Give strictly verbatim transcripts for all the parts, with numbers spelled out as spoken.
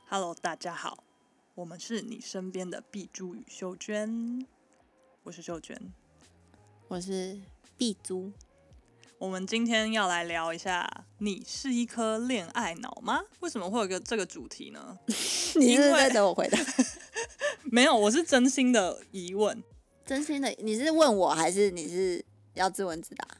Hello， 大家好，我们是你身边的碧珠与秀娟，我是秀娟， 我是碧珠。 我们今天要来聊一下，你是一颗恋爱脑吗？为什么会有一个这个主题呢？ 你是在等我回答？ 没有，我是真心的疑问。 真心的，你是问我还是你是要自问自答？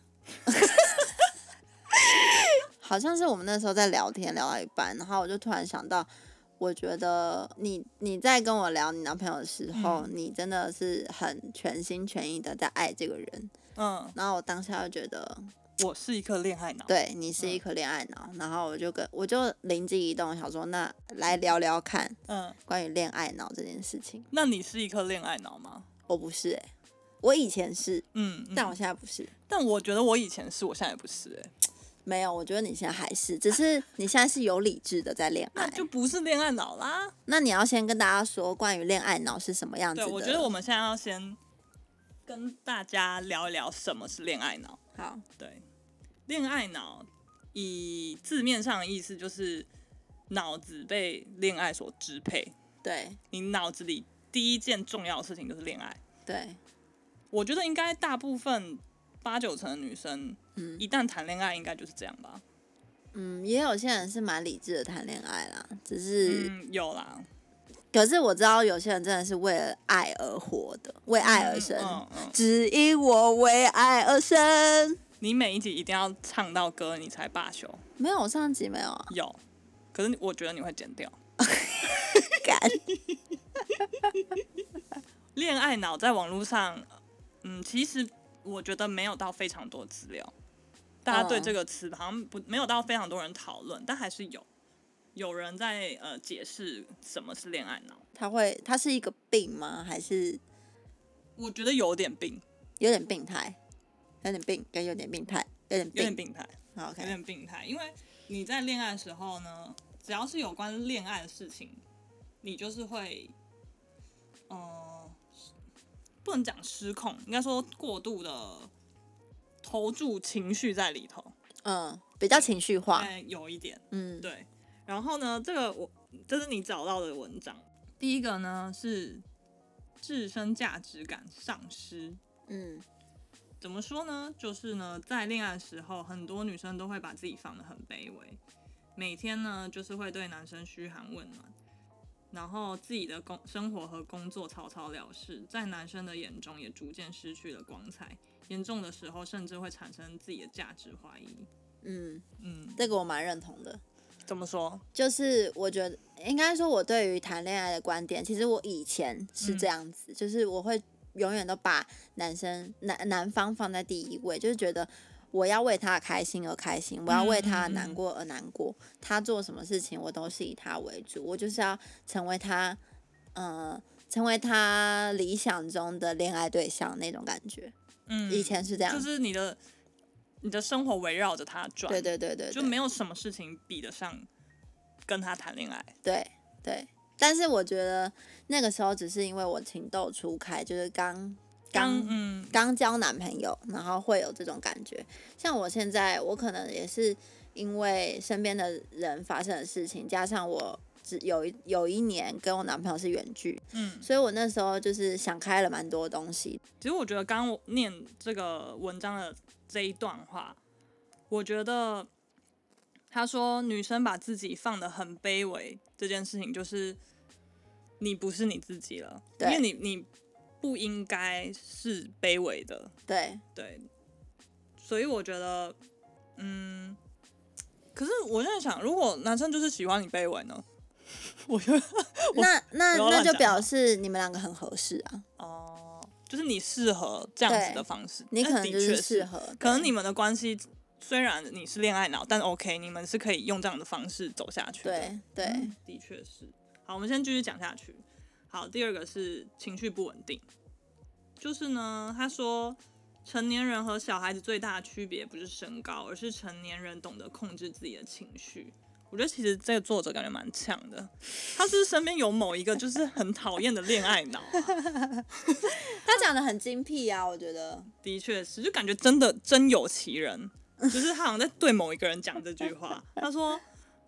好像是我们那时候在聊天，聊到一半，然后我就突然想到，我觉得你你在跟我聊你男朋友的时候，嗯、你真的是很全心全意的在爱这个人。嗯，然后我当下就觉得我是一颗恋爱脑， 对你是一颗恋爱脑，嗯、然后我就跟我就灵机一动，想说那来聊聊看，嗯，关于恋爱脑这件事情。 那你是一颗恋爱脑吗？ 我不是哎、欸，我以前是， 嗯，嗯但我现在不是。 但我觉得我以前是，我现在也不是哎、欸。 没有，我觉得你现在还是，只是你现在是有理智的在恋爱， 那就不是恋爱脑啦。 那你要先跟大家说关于恋爱脑是什么样子的。 对，我觉得我们现在要先跟大家聊一聊什么是恋爱脑。 好， 对，恋爱脑以字面上的意思就是脑子被恋爱所支配。 对， 你脑子里第一件重要的事情就是恋爱。 对， 我觉得应该大部分八九成的女生，嗯，一旦谈恋爱，应该就是这样吧。 嗯，也有些人是蛮理智的谈恋爱啦，只是嗯有啦。 可是我知道有些人真的是为了爱而活的，为爱而生，嗯嗯嗯、只因我为爱而生。 你每一集一定要唱到歌，你才罢休。 没有，我上集没有啊。 有，可是我觉得你会剪掉。 干。 恋爱脑在网络上，嗯，其实我觉得没有到非常多资料，大家对这个词好像不没有到非常多人讨论，但还是有有人在呃解释什么是恋爱脑。 他会，他是一个病吗？还是？ 我觉得有点病， 有点病态，有点病，跟有点病态，有点病有点病态， 好 ，OK， 有点病态。因为你在恋爱的时候呢，只要是有关恋爱的事情，你就是会，呃，不能讲失控，应该说过度的投注情绪在里头。 嗯，比较情绪化， 哎，有一点，嗯，对。然后呢，这个我这是你找到的文章，第一个呢是自身价值感丧失。嗯，怎么说呢？就是呢，在恋爱的时候，很多女生都会把自己放得很卑微，每天呢就是会对男生嘘寒问暖，然后自己的工生活和工作草草了事，在男生的眼中也逐渐失去了光彩，严重的时候甚至会产生自己的价值怀疑。嗯嗯，这个我蛮认同的。 怎么说？ 就是我觉得应该说，我对于谈恋爱的观点，其实我以前是这样子，嗯、就是我会永远都把男生男男方放在第一位，就是觉得我要为他开心而开心，我要为他难过而难过，嗯、他做什么事情我都是以他为主，我就是要成为他，呃，成为他理想中的恋爱对象那种感觉。嗯，以前是这样， 就是你的。你的生活围绕着他转， 对对对 对, 对， 就没有什么事情比得上跟他谈恋爱。 对对，但是我觉得那个时候只是因为我情窦初开，就是刚刚嗯刚交男朋友，然后会有这种感觉。像我现在，我可能也是因为身边的人发生的事情，加上我只有有一年跟我男朋友是远距，嗯，所以我那时候就是想开了蛮多东西。 其实我觉得刚刚我念这个文章的这一段话，我觉得他说女生把自己放得很卑微这件事情，就是你不是你自己了，因为你你不应该是卑微的， 对对，所以我觉得，嗯，可是我现在想，如果男生就是喜欢你卑微呢？我觉得那那那就表示你们两个很合适啊。 哦，就是你适合这样子的方式， 你可能就是适合。 可能你们的关系虽然你是恋爱脑，但 OK， 你们是可以用这样的方式走下去的。 对对、嗯， 的确是。好，我们先继续讲下去。好，第二个是情绪不稳定，就是呢，他说成年人和小孩子最大的区别不是身高，而是成年人懂得控制自己的情绪。我觉得其实这个作者感觉蛮强的，他是不是身边有某一个就是很讨厌的恋爱脑啊？ 他讲的很精辟啊，我觉得。 的确是，就感觉真的真有其人，就是他好像在对某一个人讲这句话。他说，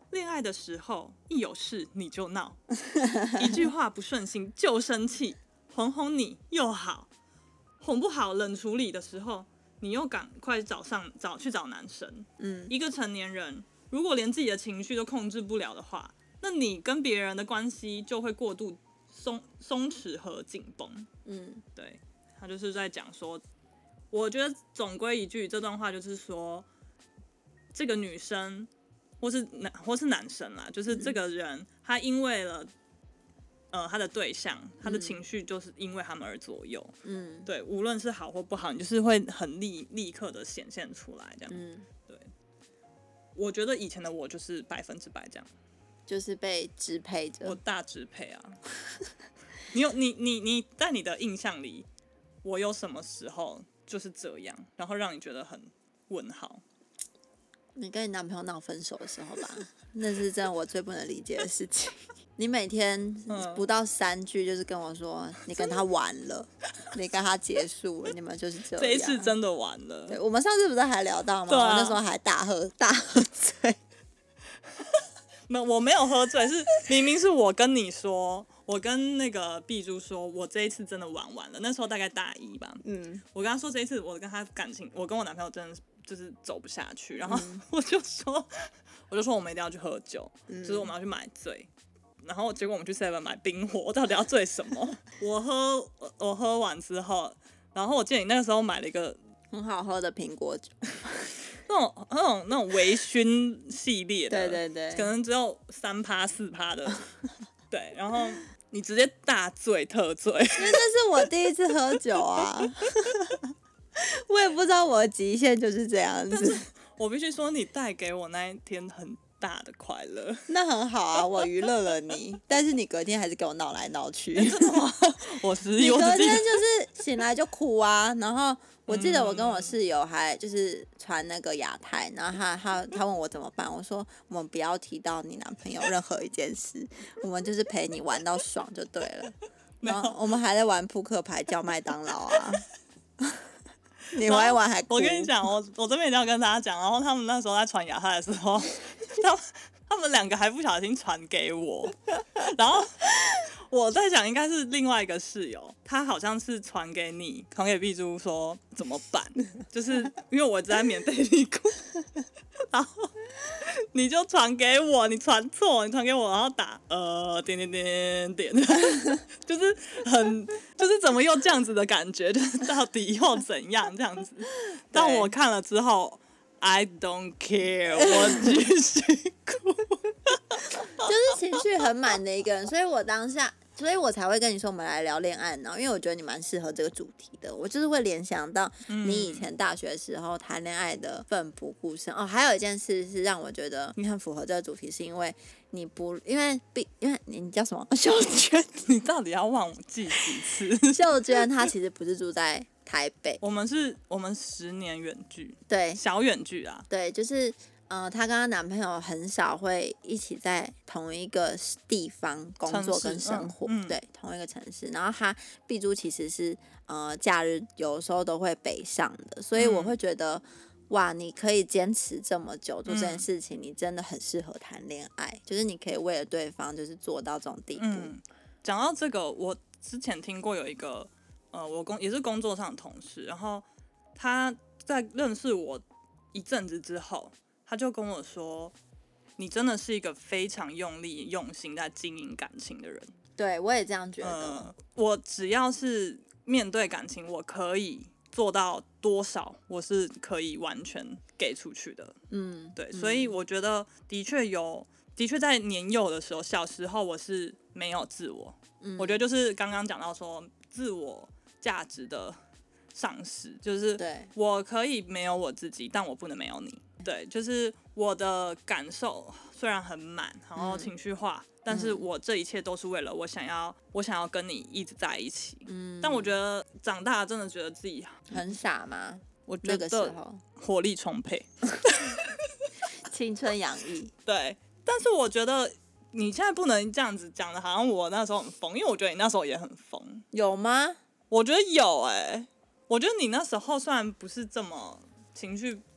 恋爱的时候一有事你就闹，一句话不顺心就生气，哄哄你又好，哄不好冷处理的时候你又赶快找上找去找男生。嗯，一个成年人如果连自己的情绪都控制不了的话，那你跟别人的关系就会过度松松弛和紧绷。嗯，对，他就是在讲说，我觉得总归一句，这段话就是说，这个女生或是男或是男生啦，就是这个人，嗯、他因为了呃他的对象，他的情绪就是因为他们而左右。嗯，对，无论是好或不好，你就是会很立立刻的显现出来，这样。嗯，对，我觉得以前的我就是百分之百这样。 就是被支配着， 我大支配啊！你有你你你在你的印象里，我有什么时候就是这样，然后让你觉得很问号？ 你跟你男朋友闹分手的时候吧，那是真的我最不能理解的事情。你每天不到三句就是跟我说你跟他完了，你跟他结束了，你们就是这样。 这一次真的完了。 对，我们上次不是还聊到吗？啊、我那时候还大喝大喝醉。 没，我没有喝醉，是明明是我跟你说，我跟那个碧珠说，我这一次真的玩完了。那时候大概大一吧，嗯，我跟他说这一次我跟他感情，我跟我男朋友真的就是走不下去，然后我就说，我就说我们一定要去喝酒，嗯、就是我们要去买醉。然后结果我们去 seven 买冰火，我到底要醉什么？我喝我喝完之后，然后我记得你那个时候买了一个很好喝的苹果酒。 那种那种那种微醺系列的， 对对对， 可能只有三趴四趴的，对，然后你直接大醉特醉，因为这是我第一次喝酒啊，我也不知道我的极限就是这样子。 我必须说，你带给我那一天很大的快乐， 那很好啊，我娱乐了你，但是你隔天还是给我闹来闹去。 欸、真的吗？我是你隔天就是醒来就哭啊，然后。我记得我跟我室友还就是传那个亚太，然后他他他问我怎么办，我说我们不要提到你男朋友任何一件事，我们就是陪你玩到爽就对了。然后我们还在玩扑克牌叫麦当劳啊，你玩一玩还哭。 我跟你讲，我我这边一定要跟大家讲，然后他们那时候在传亚太的时候，他们他们两个还不小心传给我，然后。我在想应该是另外一个室友，他好像是传给你，传给碧珠说怎么办，就是因为我在棉被里哭，然后你就传给我，你传错，你传给我，然后打呃点点点点，就是很就是怎么又这样子的感觉，就是到底又怎样这样子？但我看了之后 ，I don't care， 我继续哭， 就是情绪很满的一个人，所以我当下。所以我才会跟你说我们来聊恋爱呢，因为我觉得你蛮适合这个主题的。我就是会联想到你以前大学的时候谈恋爱的奋不顾身、嗯、哦。还有一件事是让我觉得你很符合这个主题，是因为你不因为因为你叫什么秀娟， 你到底要忘我记几次？ 秀娟她其实不是住在台北， 我们是我们十年远距， 对， 小远距啊， 对，就是。呃，她跟她男朋友很少会一起在同一个地方工作跟生活，嗯嗯、对，同一个城市。然后她碧珠其实是呃假日有时候都会北上的，所以我会觉得、嗯、哇，你可以坚持这么久做这件事情，嗯、你真的很适合谈恋爱，就是你可以为了对方就是做到这种地步。 讲、嗯、到这个，我之前听过有一个呃，我工也是工作上的同事，然后他在认识我一阵子之后。他就跟我说：“你真的是一个非常用力、用心在经营感情的人。” 对，我也这样觉得。 呃、我只要是面对感情，我可以做到多少，我是可以完全给出去的。嗯，对，所以我觉得的确有，的确在年幼的时候，小时候我是没有自我。嗯，我觉得就是刚刚讲到说自我价值的丧失，就是我可以没有我自己，但我不能没有你。对，就是我的感受虽然很满，然后情绪化、嗯，但是我这一切都是为了我想要，我想要跟你一直在一起。嗯，但我觉得长大真的觉得自己很傻吗？ 我觉得活力充沛， 青春洋溢。 对，但是我觉得你现在不能这样子讲的，好像我那时候很疯，因为我觉得你那时候也很疯。 有吗？ 我觉得有哎、欸，我觉得你那时候虽然不是这么情绪。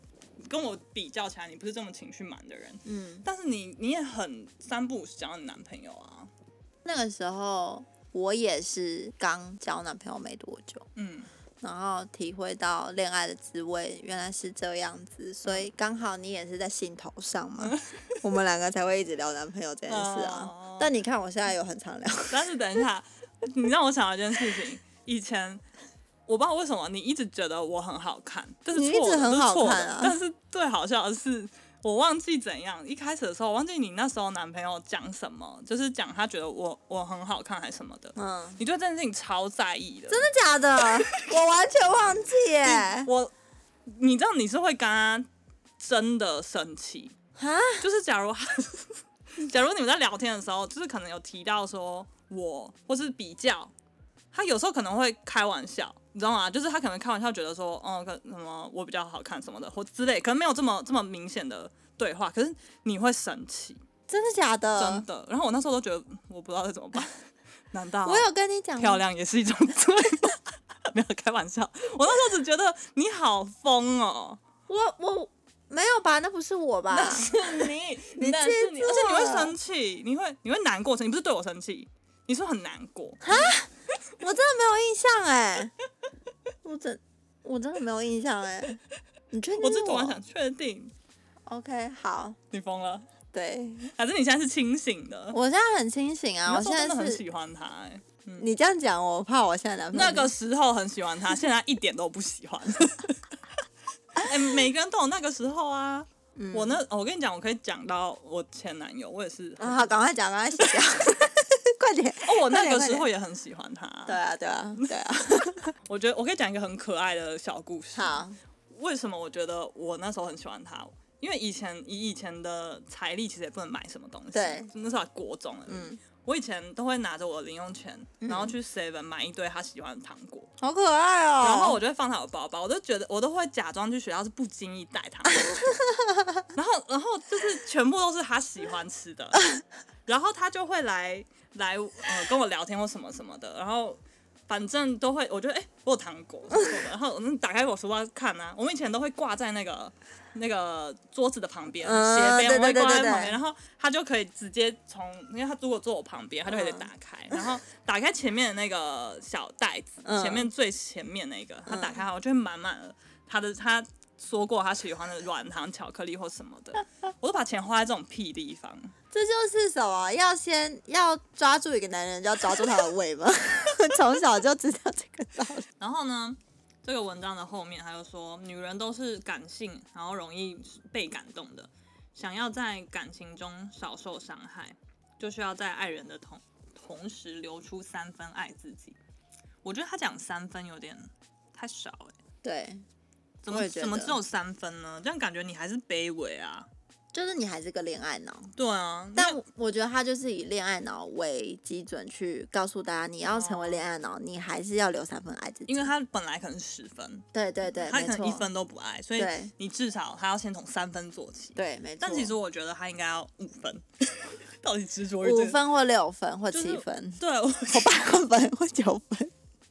跟我比较起来，你不是这么情绪满的人，嗯，但是你你也很三不五时讲到你男朋友啊。 那个时候我也是刚交男朋友没多久，嗯，然后体会到恋爱的滋味原来是这样子，所以刚好你也是在兴头上嘛，我们两个才会一直聊男朋友这件事啊。哦、但你看我现在有很常聊， 但是等一下，你让我想到一件事情，以前。我不知道为什么你一直觉得我很好看，这是错的， 你一直很好看啊。但是最好笑的是，我忘记怎样。一开始的时候，我忘记你那时候男朋友讲什么，就是讲他觉得我我很好看还是什么的。嗯，你对这件事情超在意的。 真的假的？我完全忘记耶。 我，你知道你是会跟他真的生气啊？就是假如假如你们在聊天的时候，就是可能有提到说我或是比较。他有时候可能会开玩笑，你知道吗？就是他可能开玩笑，觉得说，哦，什么我比较好看什么的，或之类，可能没有这么这么明显的对话，可是你会生气， 真的假的？ 真的。然后我那时候都觉得，我不知道该怎么办。难道我有跟你讲， 漂亮也是一种罪吗？没有开玩笑，我那时候只觉得你好疯哦。 我我没有吧？那不是我吧？ 那是你，你那是你，而且你会生气，你会你会难过，你不是对我生气，你说很难过哈。我真的没有印象哎、欸，我真我真的没有印象哎、欸，你确定是我？ 我是突然想确定。 OK， 好。 你疯了？ 对， 还是你现在是清醒的？ 我现在很清醒啊，我现在真的很喜欢他哎、欸嗯。你这样讲，我怕我现在男朋友。 那个时候很喜欢他，现在一点都不喜欢。哎、欸，每个人都有那个时候啊。嗯、我那我跟你讲，我可以讲到我前男友，我也是。 啊，好，赶快讲，赶快洗掉。快点！ 哦，我那个时候也很喜欢他。 对啊，对啊，对啊。 我觉得我可以讲一个很可爱的小故事。 好， 为什么我觉得我那时候很喜欢他？因为以前以以前的财力其实也不能买什么东西， 对， 那时候还国中了。嗯，我以前都会拿着我的零用钱，然后去 seven 买一堆他喜欢的糖果， 好可爱哦。 然后我就会放他的包包，我都觉得我都会假装去学校是不经意带糖果，然后然后就是全部都是他喜欢吃的，然后他就会来来呃跟我聊天或什么什么的，然后。反正都会，我觉得哎、欸，我有糖果什么的，然后我打开我书包看啊。我们以前都会挂在那个那个桌子的旁边，斜、嗯、边我会挂在旁边，然后他就可以直接从，因为他如果坐我旁边，他就可以打开，嗯、然后打开前面的那个小袋子，嗯、前面最前面那个，他打开后就会满满的他的他说过他喜欢的软糖、巧克力或什么的，我都把钱花在这种屁地方。 这就是什么？要先要抓住一个男人，就要抓住他的胃吗？从小就知道这个道理。 然后呢，这个文章的后面还有说，女人都是感性，然后容易被感动的。想要在感情中少受伤害，就需要在爱人的同同时留出三分爱自己。我觉得他讲三分有点太少哎、欸。 对， 怎么怎么只有三分呢？这样感觉你还是卑微啊。 就是你还是个恋爱脑， 对啊， 但我觉得他就是以恋爱脑为基准去告诉大家，你要成为恋爱脑，哦、你还是要留三分爱自己， 因为他本来可能十分， 对对对， 他可能一分都不爱，所以你至少他要先从三分做起， 对，没错。 但其实我觉得他应该要五分，到底执着五分或六分或七分， 就是、对， 或八分或九分。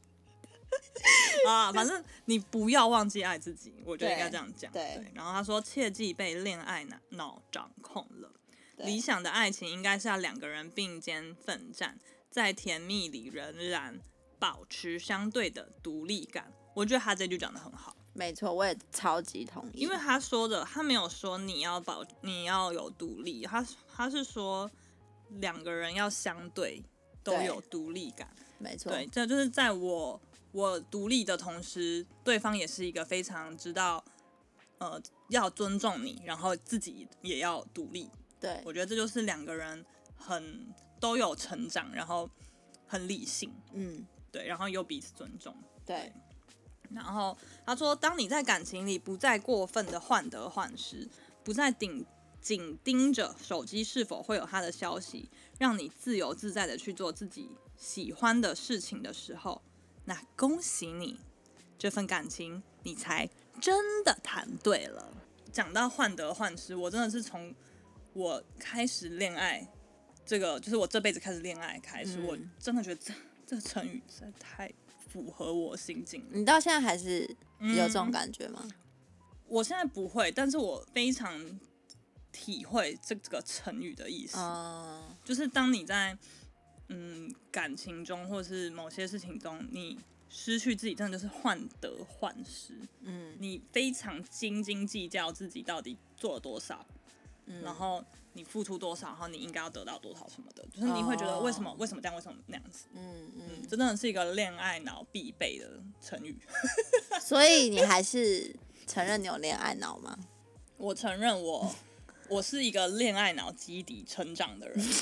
啊，反正你不要忘记爱自己，我觉得应该这样讲。对，对。然后他说，切忌被恋爱脑掌控了。理想的爱情应该是要两个人并肩奋战，在甜蜜里仍然保持相对的独立感。我觉得他这句讲得很好。 没错，我也超级同意。 因为他说的，他没有说你要保，你要有独立，他他是说两个人要相对都有独立感。 没错， 对，这就是在我。我独立的同时，对方也是一个非常知道，呃，要尊重你，然后自己也要独立。 对， 我觉得这就是两个人很都有成长，然后很理性，嗯，对，然后又彼此尊重。 对， 对然后他说，当你在感情里不再过分的患得患失，不再紧紧盯着手机是否会有他的消息，让你自由自在的去做自己喜欢的事情的时候。那恭喜你，这份感情你才真的谈对了。讲到患得患失，我真的是从我开始恋爱，这个就是我这辈子开始恋爱开始，嗯、我真的觉得这这个成语实在太符合我心境了。 你到现在还是有这种感觉吗？ 嗯、 我现在不会，但是我非常体会这个成语的意思，哦、就是当你在嗯感情中或者是某些事情中，你失去自己，真的就是患得患失。嗯，你非常斤斤计较自己到底做了多少，嗯、然后你付出多少，然后你应该要得到多少什么的，就是你会觉得为什么、哦、为什么这样，为什么那样子？嗯嗯，嗯这真的是一个恋爱脑必备的成语。 所以你还是承认你有恋爱脑吗？ 我承认我我是一个恋爱脑基底成长的人。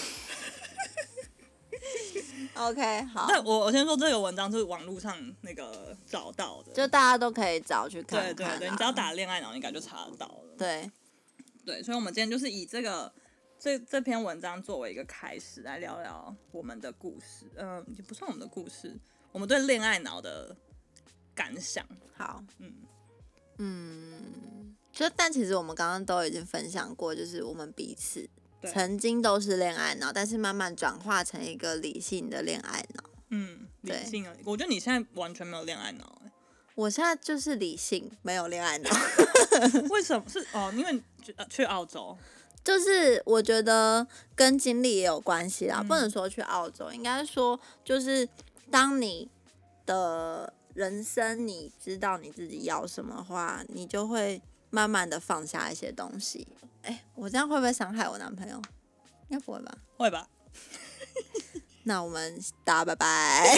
OK， 好。 但我我先说这个文章是网络上那个找到的， 就大家都可以找去看看、啊。 对对对，你只要打恋爱脑，应该就查得到了。 对对，所以我们今天就是以这个这这篇文章作为一个开始，来聊聊我们的故事。嗯、呃，也不算我们的故事，我们对恋爱脑的感想。 好，嗯嗯，就但其实我们刚刚都已经分享过，就是我们彼此。曾经都是恋爱脑，但是慢慢转化成一个理性的恋爱脑。 嗯，理性的。我觉得你现在完全没有恋爱脑、欸。 我现在就是理性，没有恋爱脑。 为什么是哦？因为去澳洲， 就是我觉得跟经历也有关系啦。嗯、不能说去澳洲，应该说就是当你的人生你知道你自己要什么的话，你就会慢慢的放下一些东西。哎、欸，我这样会不会伤害我男朋友？应该不会吧？ 会吧。 那我们大家拜拜。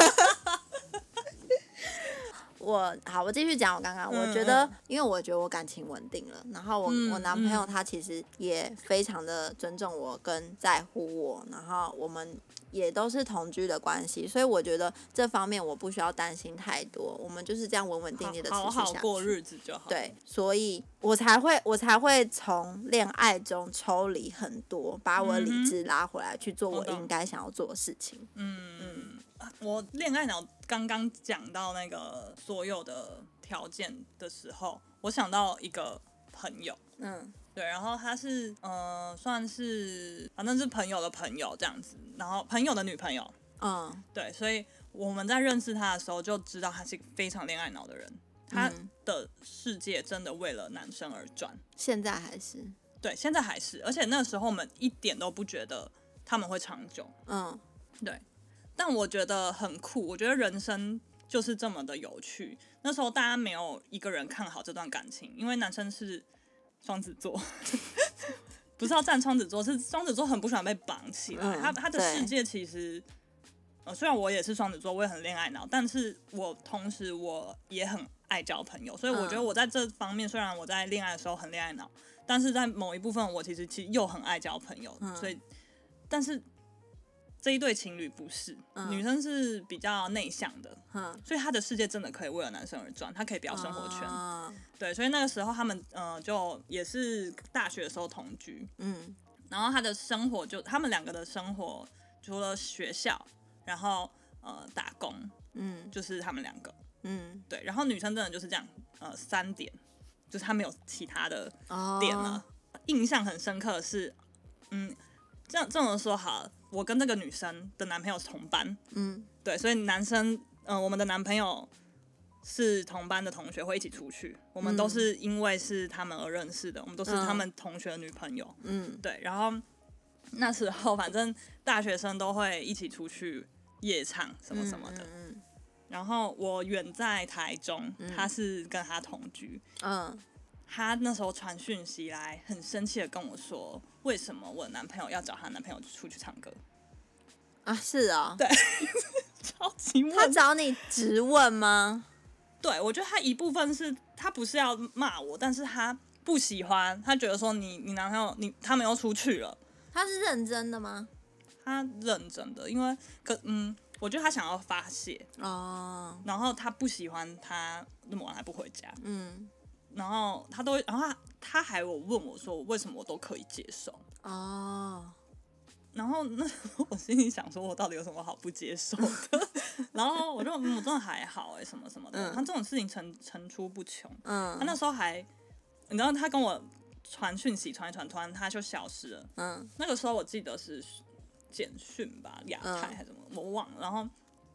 我好，我继续讲我刚刚，我觉得，嗯嗯因为我觉得我感情稳定了，然后我、嗯、我男朋友他其实也非常的尊重我跟在乎我，然后我们也都是同居的关系，所以我觉得这方面我不需要担心太多，我们就是这样稳稳定定的持续下去， 好好过日子就好。 对，所以我才会我才会从恋爱中抽离很多，把我理智拉回来去做我应该想要做的事情。嗯嗯。我恋爱脑刚刚讲到那个所有的条件的时候，我想到一个朋友，嗯，对，然后他是呃算是反正是朋友的朋友这样子，然后朋友的女朋友，嗯，对，所以我们在认识他的时候就知道他是一个非常恋爱脑的人，他的世界真的为了男生而转， 现在还是， 对，现在还是，而且那时候我们一点都不觉得他们会长久，嗯，对。但我觉得很酷，我觉得人生就是这么的有趣。那时候大家没有一个人看好这段感情，因为男生是双子座，不是要站双子座，是双子座很不喜欢被绑起来。嗯、他他的世界其实，呃，虽然我也是双子座，我也很恋爱脑，但是我同时我也很爱交朋友，所以我觉得我在这方面，虽然我在恋爱的时候很恋爱脑，但是在某一部分我其实其实又很爱交朋友，嗯、所以，但是。这一对情侣不是、嗯、女生是比较内向的、嗯、所以她的世界真的可以为了男生而转，她可以不要生活圈、啊、对，所以那个时候他们、呃、就也是大学的时候同居、嗯、然后他的生活就他们两个的生活除了学校然后、呃、打工、嗯、就是他们两个、嗯、对，然后女生真的就是这样、呃、三点就是她没有其他的点了、哦、印象很深刻的是嗯这样这么说好了，我跟这个女生的男朋友是同班，嗯，对，所以男生，呃，我们的男朋友是同班的同学，会一起出去，我们都是因为是他们而认识的，我们都是他们同学的女朋友，嗯，对，然后那时候反正大学生都会一起出去夜唱什么什么的，嗯嗯嗯、然后我远在台中，他是跟他同居，嗯。他那时候传讯息来，很生气的跟我说，为什么我的男朋友要找他男朋友出去唱歌？ 啊，是啊、哦， 对，超级问。 他找你直问吗？ 对，我觉得他一部分是他不是要骂我，但是他不喜欢，他觉得说你你男朋友你他们又出去了。 他是认真的吗？ 他认真的，因为可嗯，我觉得他想要发泄哦，然后他不喜欢他那么晚还不回家，嗯。然后他都，然后他他还有问我说，为什么我都可以接受哦？然后那时候我心里想说，我到底有什么好不接受的？然后我就嗯，我真的还好哎、欸，什么什么的。嗯、他这种事情层层出不穷。嗯，他那时候还，你知道他跟我传讯息传一传，突然他就消失了。嗯，那个时候我记得是简讯吧，亚太还是什么，我忘了。然后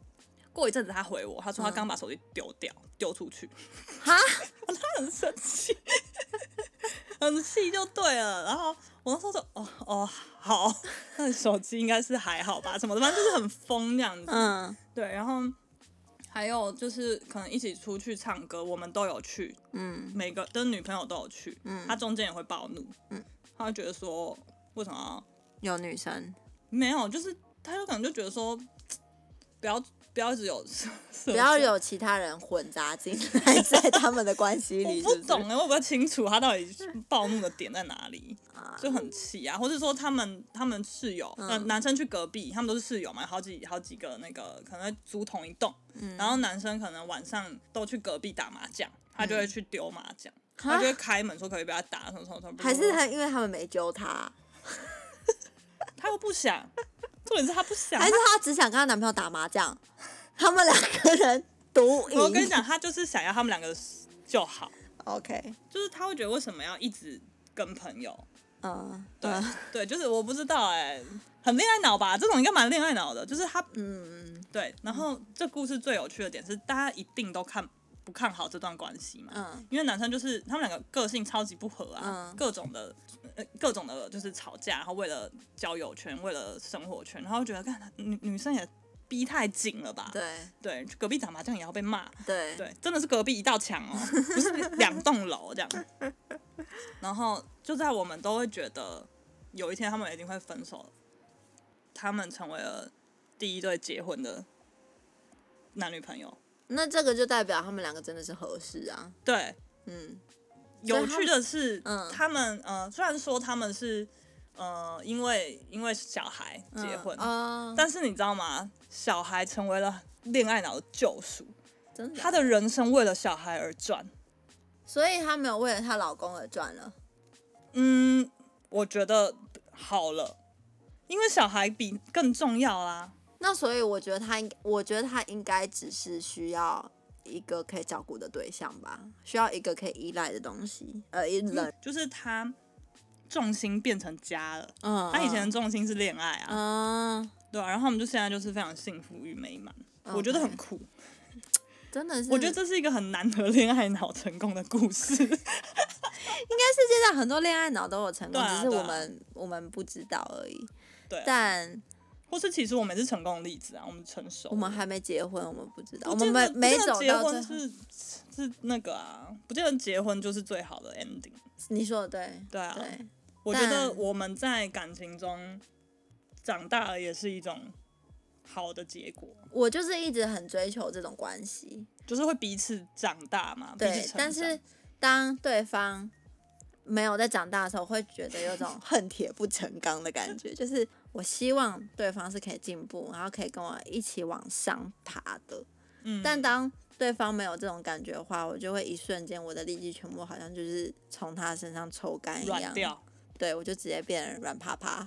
过一阵子他回我，他说他刚把手机丢掉，丢、嗯、出去。 哈， 他很生气，很气就对了。然后我那时候说，哦哦好，那手机应该是还好吧，什么的，反正就是很疯这样子。嗯，对，然后。还有就是可能一起出去唱歌，我们都有去，嗯，每个跟女朋友都有去，嗯，他中间也会暴怒，嗯，他会觉得说为什么有女生没有，就是他就可能就觉得说不要不要一直有不要有其他人混杂进来在他们的关系里， 我不懂哎，我不太清楚他到底暴怒的点在哪里，就很气啊，或者说他们他们室友，嗯、呃，男生去隔壁，他们都是室友嘛，好几好几个那个可能会租同一栋，嗯，然后男生可能晚上都去隔壁打麻将，他就会去丢麻将，嗯、他就会开门说可以不要打什么什么什么， 还是他因为他们没揪他， 他又不想，重点是他不想， 还是他只想跟他男朋友打麻将，他们两个人独赢。 我跟你讲，他就是想要他们两个就好 ，OK， 就是他会觉得为什么要一直跟朋友。 嗯， 对、嗯、对，就是我不知道哎、欸，很恋爱脑吧？这种应该蛮恋爱脑的，就是他，嗯，对。然后这故事最有趣的点是，大家一定都看不看好这段关系嘛？嗯，因为男生就是他们两个个性超级不合啊，嗯、各种的、呃、各种的，就是吵架，然后为了交友圈，为了生活圈，然后觉得看女女生也逼太紧了吧？ 对对，隔壁打麻将也要被骂， 对对，真的是隔壁一道墙哦，不是两栋楼这样。然后就在我们都会觉得有一天他们一定会分手，他们成为了第一对结婚的男女朋友。 那这个就代表他们两个真的是合适啊。 对，嗯。有趣的是，他们, 他们呃，虽然说他们是呃，因为因为小孩结婚，嗯呃、但是你知道吗？小孩成为了恋爱脑的救赎， 真的， 他的人生为了小孩而转。 所以她没有为了她老公而转了。 嗯，我觉得好了，因为小孩比更重要啦。 那所以我觉得她应，我觉得她应该只是需要一个可以照顾的对象吧，需要一个可以依赖的东西，呃，人、嗯、 就是她重心变成家了。嗯，她以前的重心是恋爱啊。嗯，对啊，然后我们就现在就是非常幸福与美满， okay. 我觉得很酷。 真的是， 我觉得这是一个很难得恋爱脑成功的故事。应该世界上很多恋爱脑都有成功， 啊、 只是我们、啊、我们不知道而已。 对、啊， 但或是其实我们是成功的例子啊，我们成熟。 我们还没结婚，我们不知道。我们没没走到结婚是是那个啊，不见得结婚就是最好的 ending。 你说的对。 对啊，对，我觉得我们在感情中长大了也是一种好的结果。 我就是一直很追求这种关系， 就是会彼此长大嘛。 对，但是当对方没有在长大的时候，会觉得有种恨铁不成钢的感觉。就是我希望对方是可以进步，然后可以跟我一起往上爬的。嗯，但当对方没有这种感觉的话，我就会一瞬间我的力气全部好像就是从他身上抽干一样， 软掉。 对，我就直接变成软趴趴，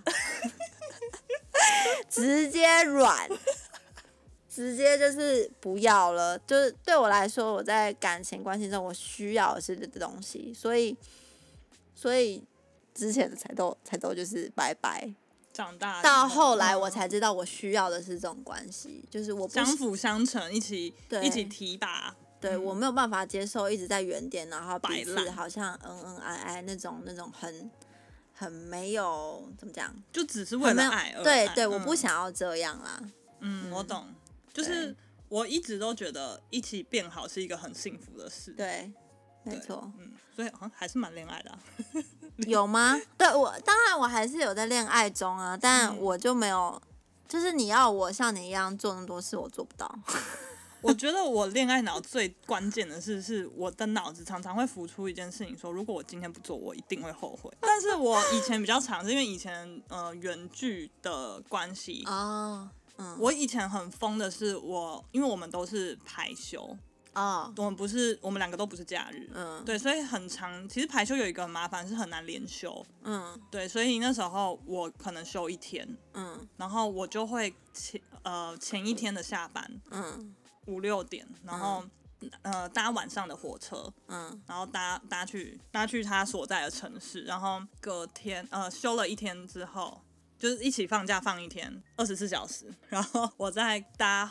直接软。直接就是不要了，就是对我来说，我在感情关系中我需要的是这东西，所以，所以之前的才都才都就是拜拜。 长大到后来我才知道我需要的是这种关系，就是我不相辅相成，一起一起提拔。 对、嗯、我没有办法接受一直在原点，然后彼此好像恩恩爱爱那种那种很很没有怎么讲， 就只是为了爱而爱。 对对、嗯，我不想要这样啦。 嗯，我懂。就是我一直都觉得一起变好是一个很幸福的事。 对，没错。 嗯，所以好像还是蛮恋爱的、啊。 有吗？对，我当然我还是有在恋爱中啊，但我就没有，就是你要我像你一样做那么多事，我做不到。 我觉得我恋爱脑最关键的是，是我的脑子常常会浮出一件事情，说如果我今天不做，我一定会后悔。但是我以前比较常是因为以前呃远距的关系哦。 嗯，我以前很疯的是我，因为我们都是排休哦， 我们不是，我们两个都不是假日，嗯，对，所以很长。其实排休有一个很麻烦是很难连休，嗯，对，所以那时候我可能休一天，嗯，然后我就会前呃前一天的下班，嗯，五六点，然后、嗯、呃搭晚上的火车，嗯，然后搭搭去搭去他所在的城市，然后隔天呃休了一天之后。就是一起放假放一天，二十四小时，然后我再搭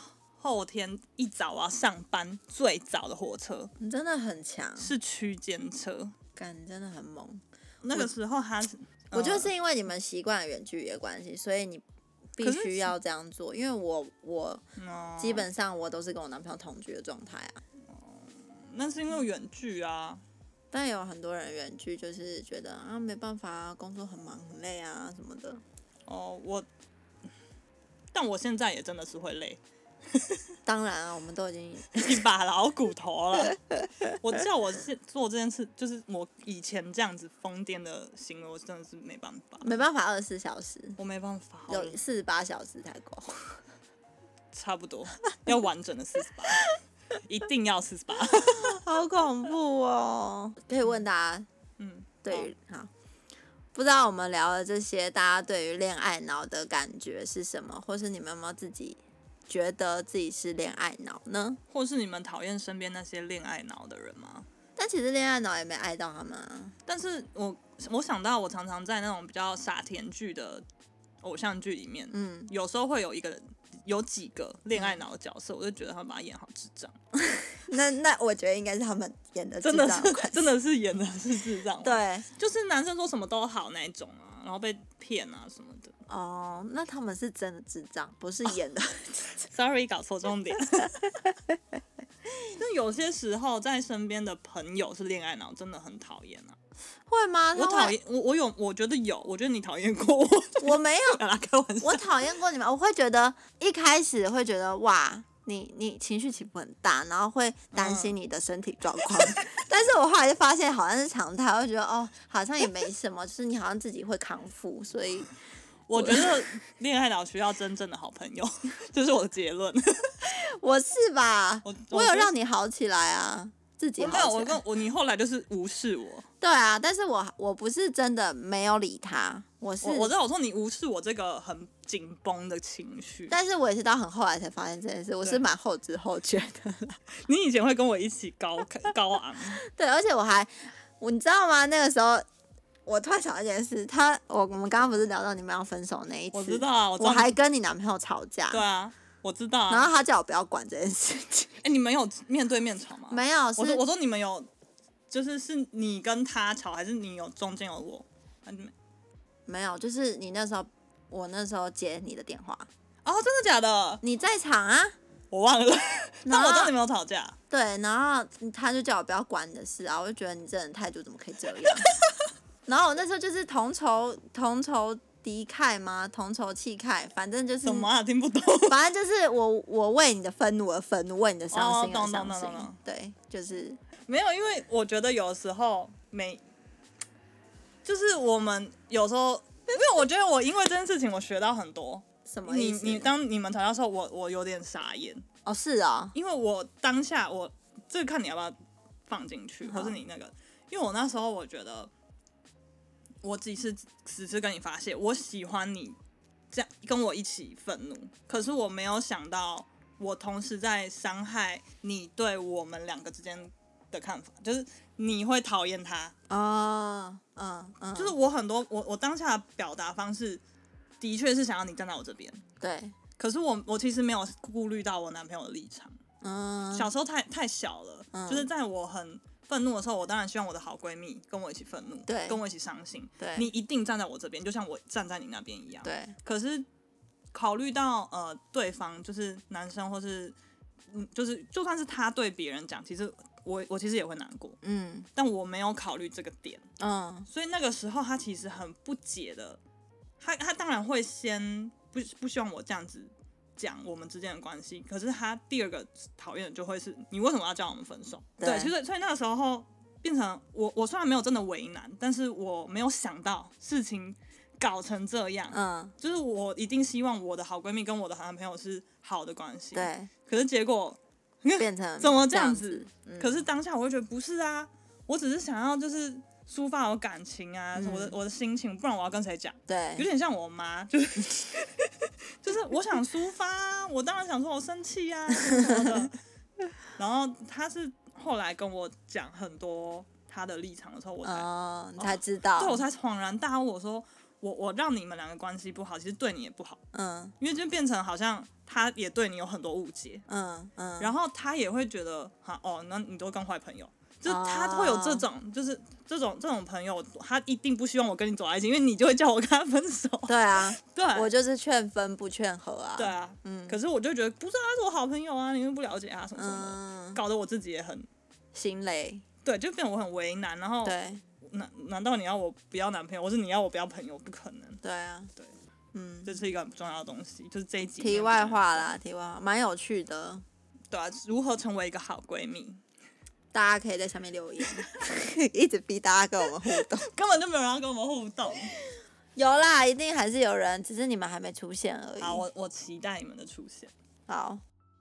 后天一早我要上班最早的火车。 你真的很强， 是区间车， 干你真的很猛。 那个时候他是， 我觉得是因为你们习惯远距离的关系，所以你必须要这样做。因为我我、嗯、基本上我都是跟我男朋友同居的状态啊。 那是因为远距啊。 但有很多人远距就是觉得啊没办法啊，工作很忙很累啊什么的。 哦，我，但我现在也真的是会累。 当然啊，我们都已经一把老骨头了。我叫我做这件事，就是我以前这样子疯癫的行为，我真的是没办法。 没办法，二十四小时， 我没办法， 有四十八小时才够。 差不多，要完整的四十八，一定要四十八。 好恐怖哦！可以问大家，嗯，对于好。不知道我们聊的这些，大家对于恋爱脑的感觉是什么？或是你们有没有自己觉得自己是恋爱脑呢？ 或是你们讨厌身边那些恋爱脑的人吗？ 但其实恋爱脑也没爱到他们啊。 但是我我想到，我常常在那种比较傻甜剧的偶像剧里面，嗯，有时候会有一个人。有几个恋爱脑的角色，我就觉得他们把他演好智障。 那那我觉得应该是他们演的智障真的是真的是演的是智障。 对， 就是男生说什么都好那一种啊，然后被骗啊什么的。 哦，那他们是真的智障，不是演的。哦、 Sorry， 搞错重点。但有些时候在身边的朋友是恋爱脑，真的很讨厌啊。 会吗？ 我讨厌我，我有，我觉得有，我觉得你讨厌过我。 我没有， 开玩笑。 我讨厌过你们，我会觉得一开始会觉得哇，你你情绪起伏很大，然后会担心你的身体状况。嗯、但是我后来就发现好像是常态，我就觉得哦，好像也没什么，就是你好像自己会康复，所以我觉得恋爱脑需要真正的好朋友，这是我的结论。 我是吧？我, 我, 我有让你好起来啊。自己好没有，我跟我你后来就是无视我。 对啊，但是我我不是真的没有理他，我是我, 我知道我说你无视我这个很紧绷的情绪， 但是我也是到很后来才发现这件事，我是蛮后知后觉的。 你以前会跟我一起高高昂， 对，而且我还我你知道吗？那个时候我突然想到一件事，他我我们刚刚不是聊到你们要分手那一次， 我知道啊，我知道我还跟你男朋友吵架， 对啊。我知道、啊， 然后他叫我不要管这件事情。 哎、欸，你们有面对面吵吗？ 没有，是我说我说你们有，就是是你跟他吵，还是你有中间有我？ 没有，就是你那时候，我那时候接你的电话。 哦，真的假的？ 你在场啊？ 我忘了，但我知道你们有吵架。 对，然后他就叫我不要管你的事啊，我就觉得你这人态度怎么可以这样？然后我那时候就是同仇同仇。敌忾吗？同仇气忾，反正就是什么啊？听不懂。 反正就是我，我为你的愤怒而愤怒，为你的伤心而伤心。 哦、 对，就是没有，因为我觉得有时候没，就是我们有时候，因为我觉得我因为这件事情我学到很多。 什么意思？ 你你当你们吵架的时候，我我有点傻眼。 哦，是啊、哦， 因为我当下我这个看你要不要放进去，或是你那个，因为我那时候我觉得。我只是只是跟你发泄，我喜欢你这样跟我一起愤怒，可是我没有想到，我同时在伤害你对我们两个之间的看法，就是你会讨厌他啊，嗯嗯， 就是我很多我我当下的表达方式，的确是想要你站在我这边， 对， 可是我我其实没有顾虑到我男朋友的立场， 嗯， 小时候太太小了，嗯、就是在我很。愤怒的时候，我当然希望我的好闺蜜跟我一起愤怒， 对， 跟我一起伤心。 对， 你一定站在我这边，就像我站在你那边一样。 对。 可是考虑到呃对方就是男生或是嗯就是就算是他对别人讲，其实我我其实也会难过，嗯，但我没有考虑这个点，嗯，所以那个时候他其实很不解的，他他当然会先不不希望我这样子。讲我们之间的关系，可是他第二个讨厌的就会是你为什么要叫我们分手？对，对其实所以那个时候变成我，我虽然没有真的为难，但是我没有想到事情搞成这样。嗯，就是我一定希望我的好闺蜜跟我的男朋友是好的关系。 对， 可是结果变成怎么这样子？ 这样子嗯、 可是当下我会觉得不是啊，我只是想要就是。抒发我感情啊，嗯、我的我的心情，不然我要跟谁讲？ 对， 有点像我妈，就是就是我想抒发，我当然想说我生气啊什么的。然后他是后来跟我讲很多他的立场的时候，我才、 哦、你才知道， 对我才恍然大悟，我说我我让你们两个关系不好，其实对你也不好，嗯，因为就变成好像他也对你有很多误解，嗯嗯，然后他也会觉得，哈哦，那你都跟坏朋友，就是他会有这种，哦、就是这种这种朋友，他一定不希望我跟你走在一起，因为你就会叫我跟他分手。 对啊， 对， 我就是劝分不劝和啊。 对啊，嗯，可是我就觉得不是啊，他是我好朋友啊，你又不了解他什么什么的，嗯、搞得我自己也很心累。 对，就变得我很为难，然后对。 难难道你要我不要男朋友，或是你要我不要朋友？不可能。 对啊， 对，嗯，这是一个很重要的东西，就是这一集。 题外话啦，题外话，蛮有趣的。 对啊，如何成为一个好闺蜜？ 大家可以在下面留言，一直逼大家跟我们互动， 根本就没有人要跟我们互动。 有啦，一定还是有人，只是你们还没出现而已。 好，我我期待你们的出现。 好。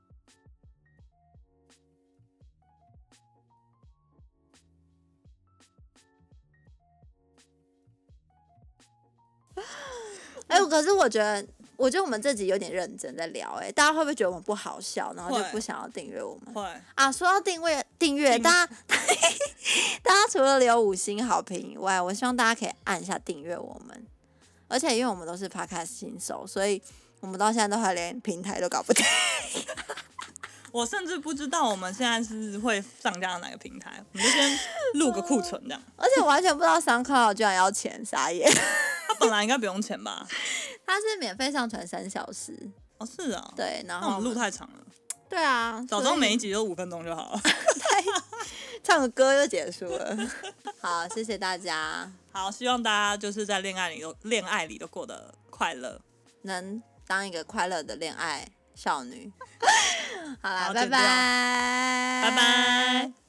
哎、欸，可是我觉得，我觉得我们这集有点认真在聊、欸，哎，大家会不会觉得我们不好笑，然后就不想要订阅我们？ 会啊，说到订阅，订阅，大家，大家除了留五星好评以外，我希望大家可以按一下订阅我们。而且因为我们都是 Podcast 新手，所以我们到现在都还连平台都搞不定。 我甚至不知道我们现在是会上架到哪个平台，我们就先录个库存这样。 而且我完全不知道SoundCloud居然要钱，傻眼。 他本来应该不用钱吧？ 他是免费上传三小时。 哦，是啊。 对，然后那我们录太长了。 对啊， 早知道每一集都五分钟就好了。 唱个歌就结束了。好，谢谢大家。 好，希望大家就是在恋爱里都恋爱里都过得快乐， 能当一个快乐的恋爱少女。好啦，拜拜， 拜拜。